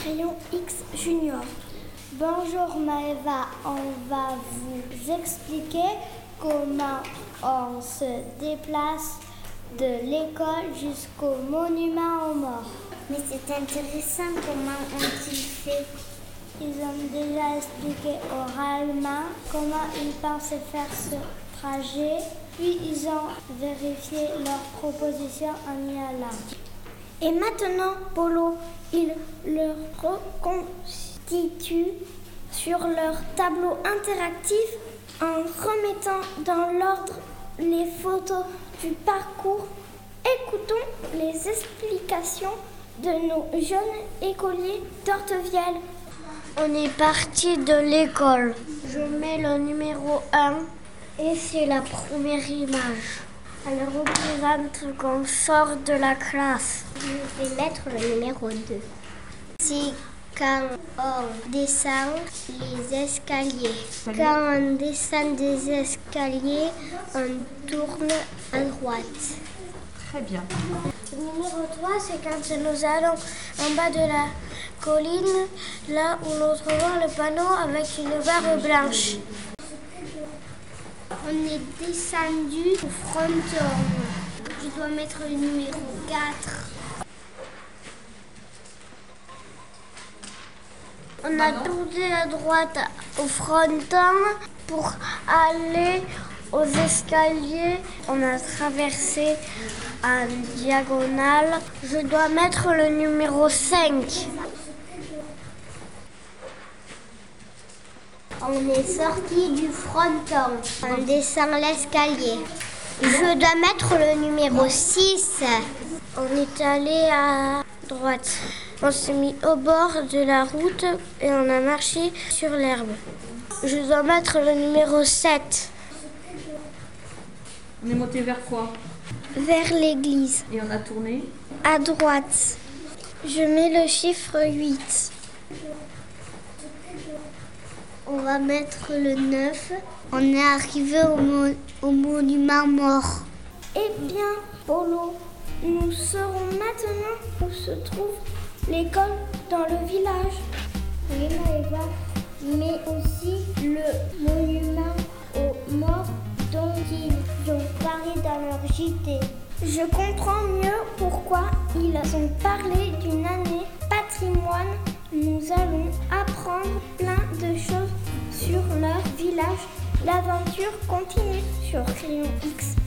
Crayon X Junior. Bonjour Maëva, on va vous expliquer comment on se déplace de l'école jusqu'au monument aux morts. Mais c'est intéressant, comment ont-ils fait? Ils ont déjà expliqué oralement comment ils pensaient faire ce trajet, puis ils ont vérifié leurs propositions en y allant. Et maintenant, Polo, ils le reconstituent sur leur tableau interactif en remettant dans l'ordre les photos du parcours. Écoutons les explications de nos jeunes écoliers d'Ortevielle. On est parti de l'école. Je mets le numéro 1 et c'est la première image. Elle représente qu'on sort de la classe. Je vais mettre le numéro 2. C'est quand on descend les escaliers. Quand on descend des escaliers, on tourne à droite. Très bien. Le numéro 3, c'est quand nous allons en bas de la colline, là où nous trouvons le panneau avec une barre blanche. On est descendu au fronton. Je dois mettre le numéro 4. On a tourné à droite au fronton pour aller aux escaliers. On a traversé en diagonale. Je dois mettre le numéro 5. On est sorti du fronton. On descend l'escalier. Je dois mettre le numéro 6. On est allé à droite. On s'est mis au bord de la route et on a marché sur l'herbe. Je dois mettre le numéro 7. On est monté vers quoi? Vers l'église. Et on a tourné? À droite. Je mets le chiffre 8. On va mettre le 9. On est arrivé au monument mort. Eh bien, Polo, nous saurons maintenant où se trouve l'école dans le village. Oui, Maëva, mais aussi le monument aux morts dont ils ont parlé dans leur JT. Je comprends mieux pourquoi ils ont parlé d'une année patrimoine. Nous allons apprendre plein de choses sur leur village. L'aventure continue sur Crayon X.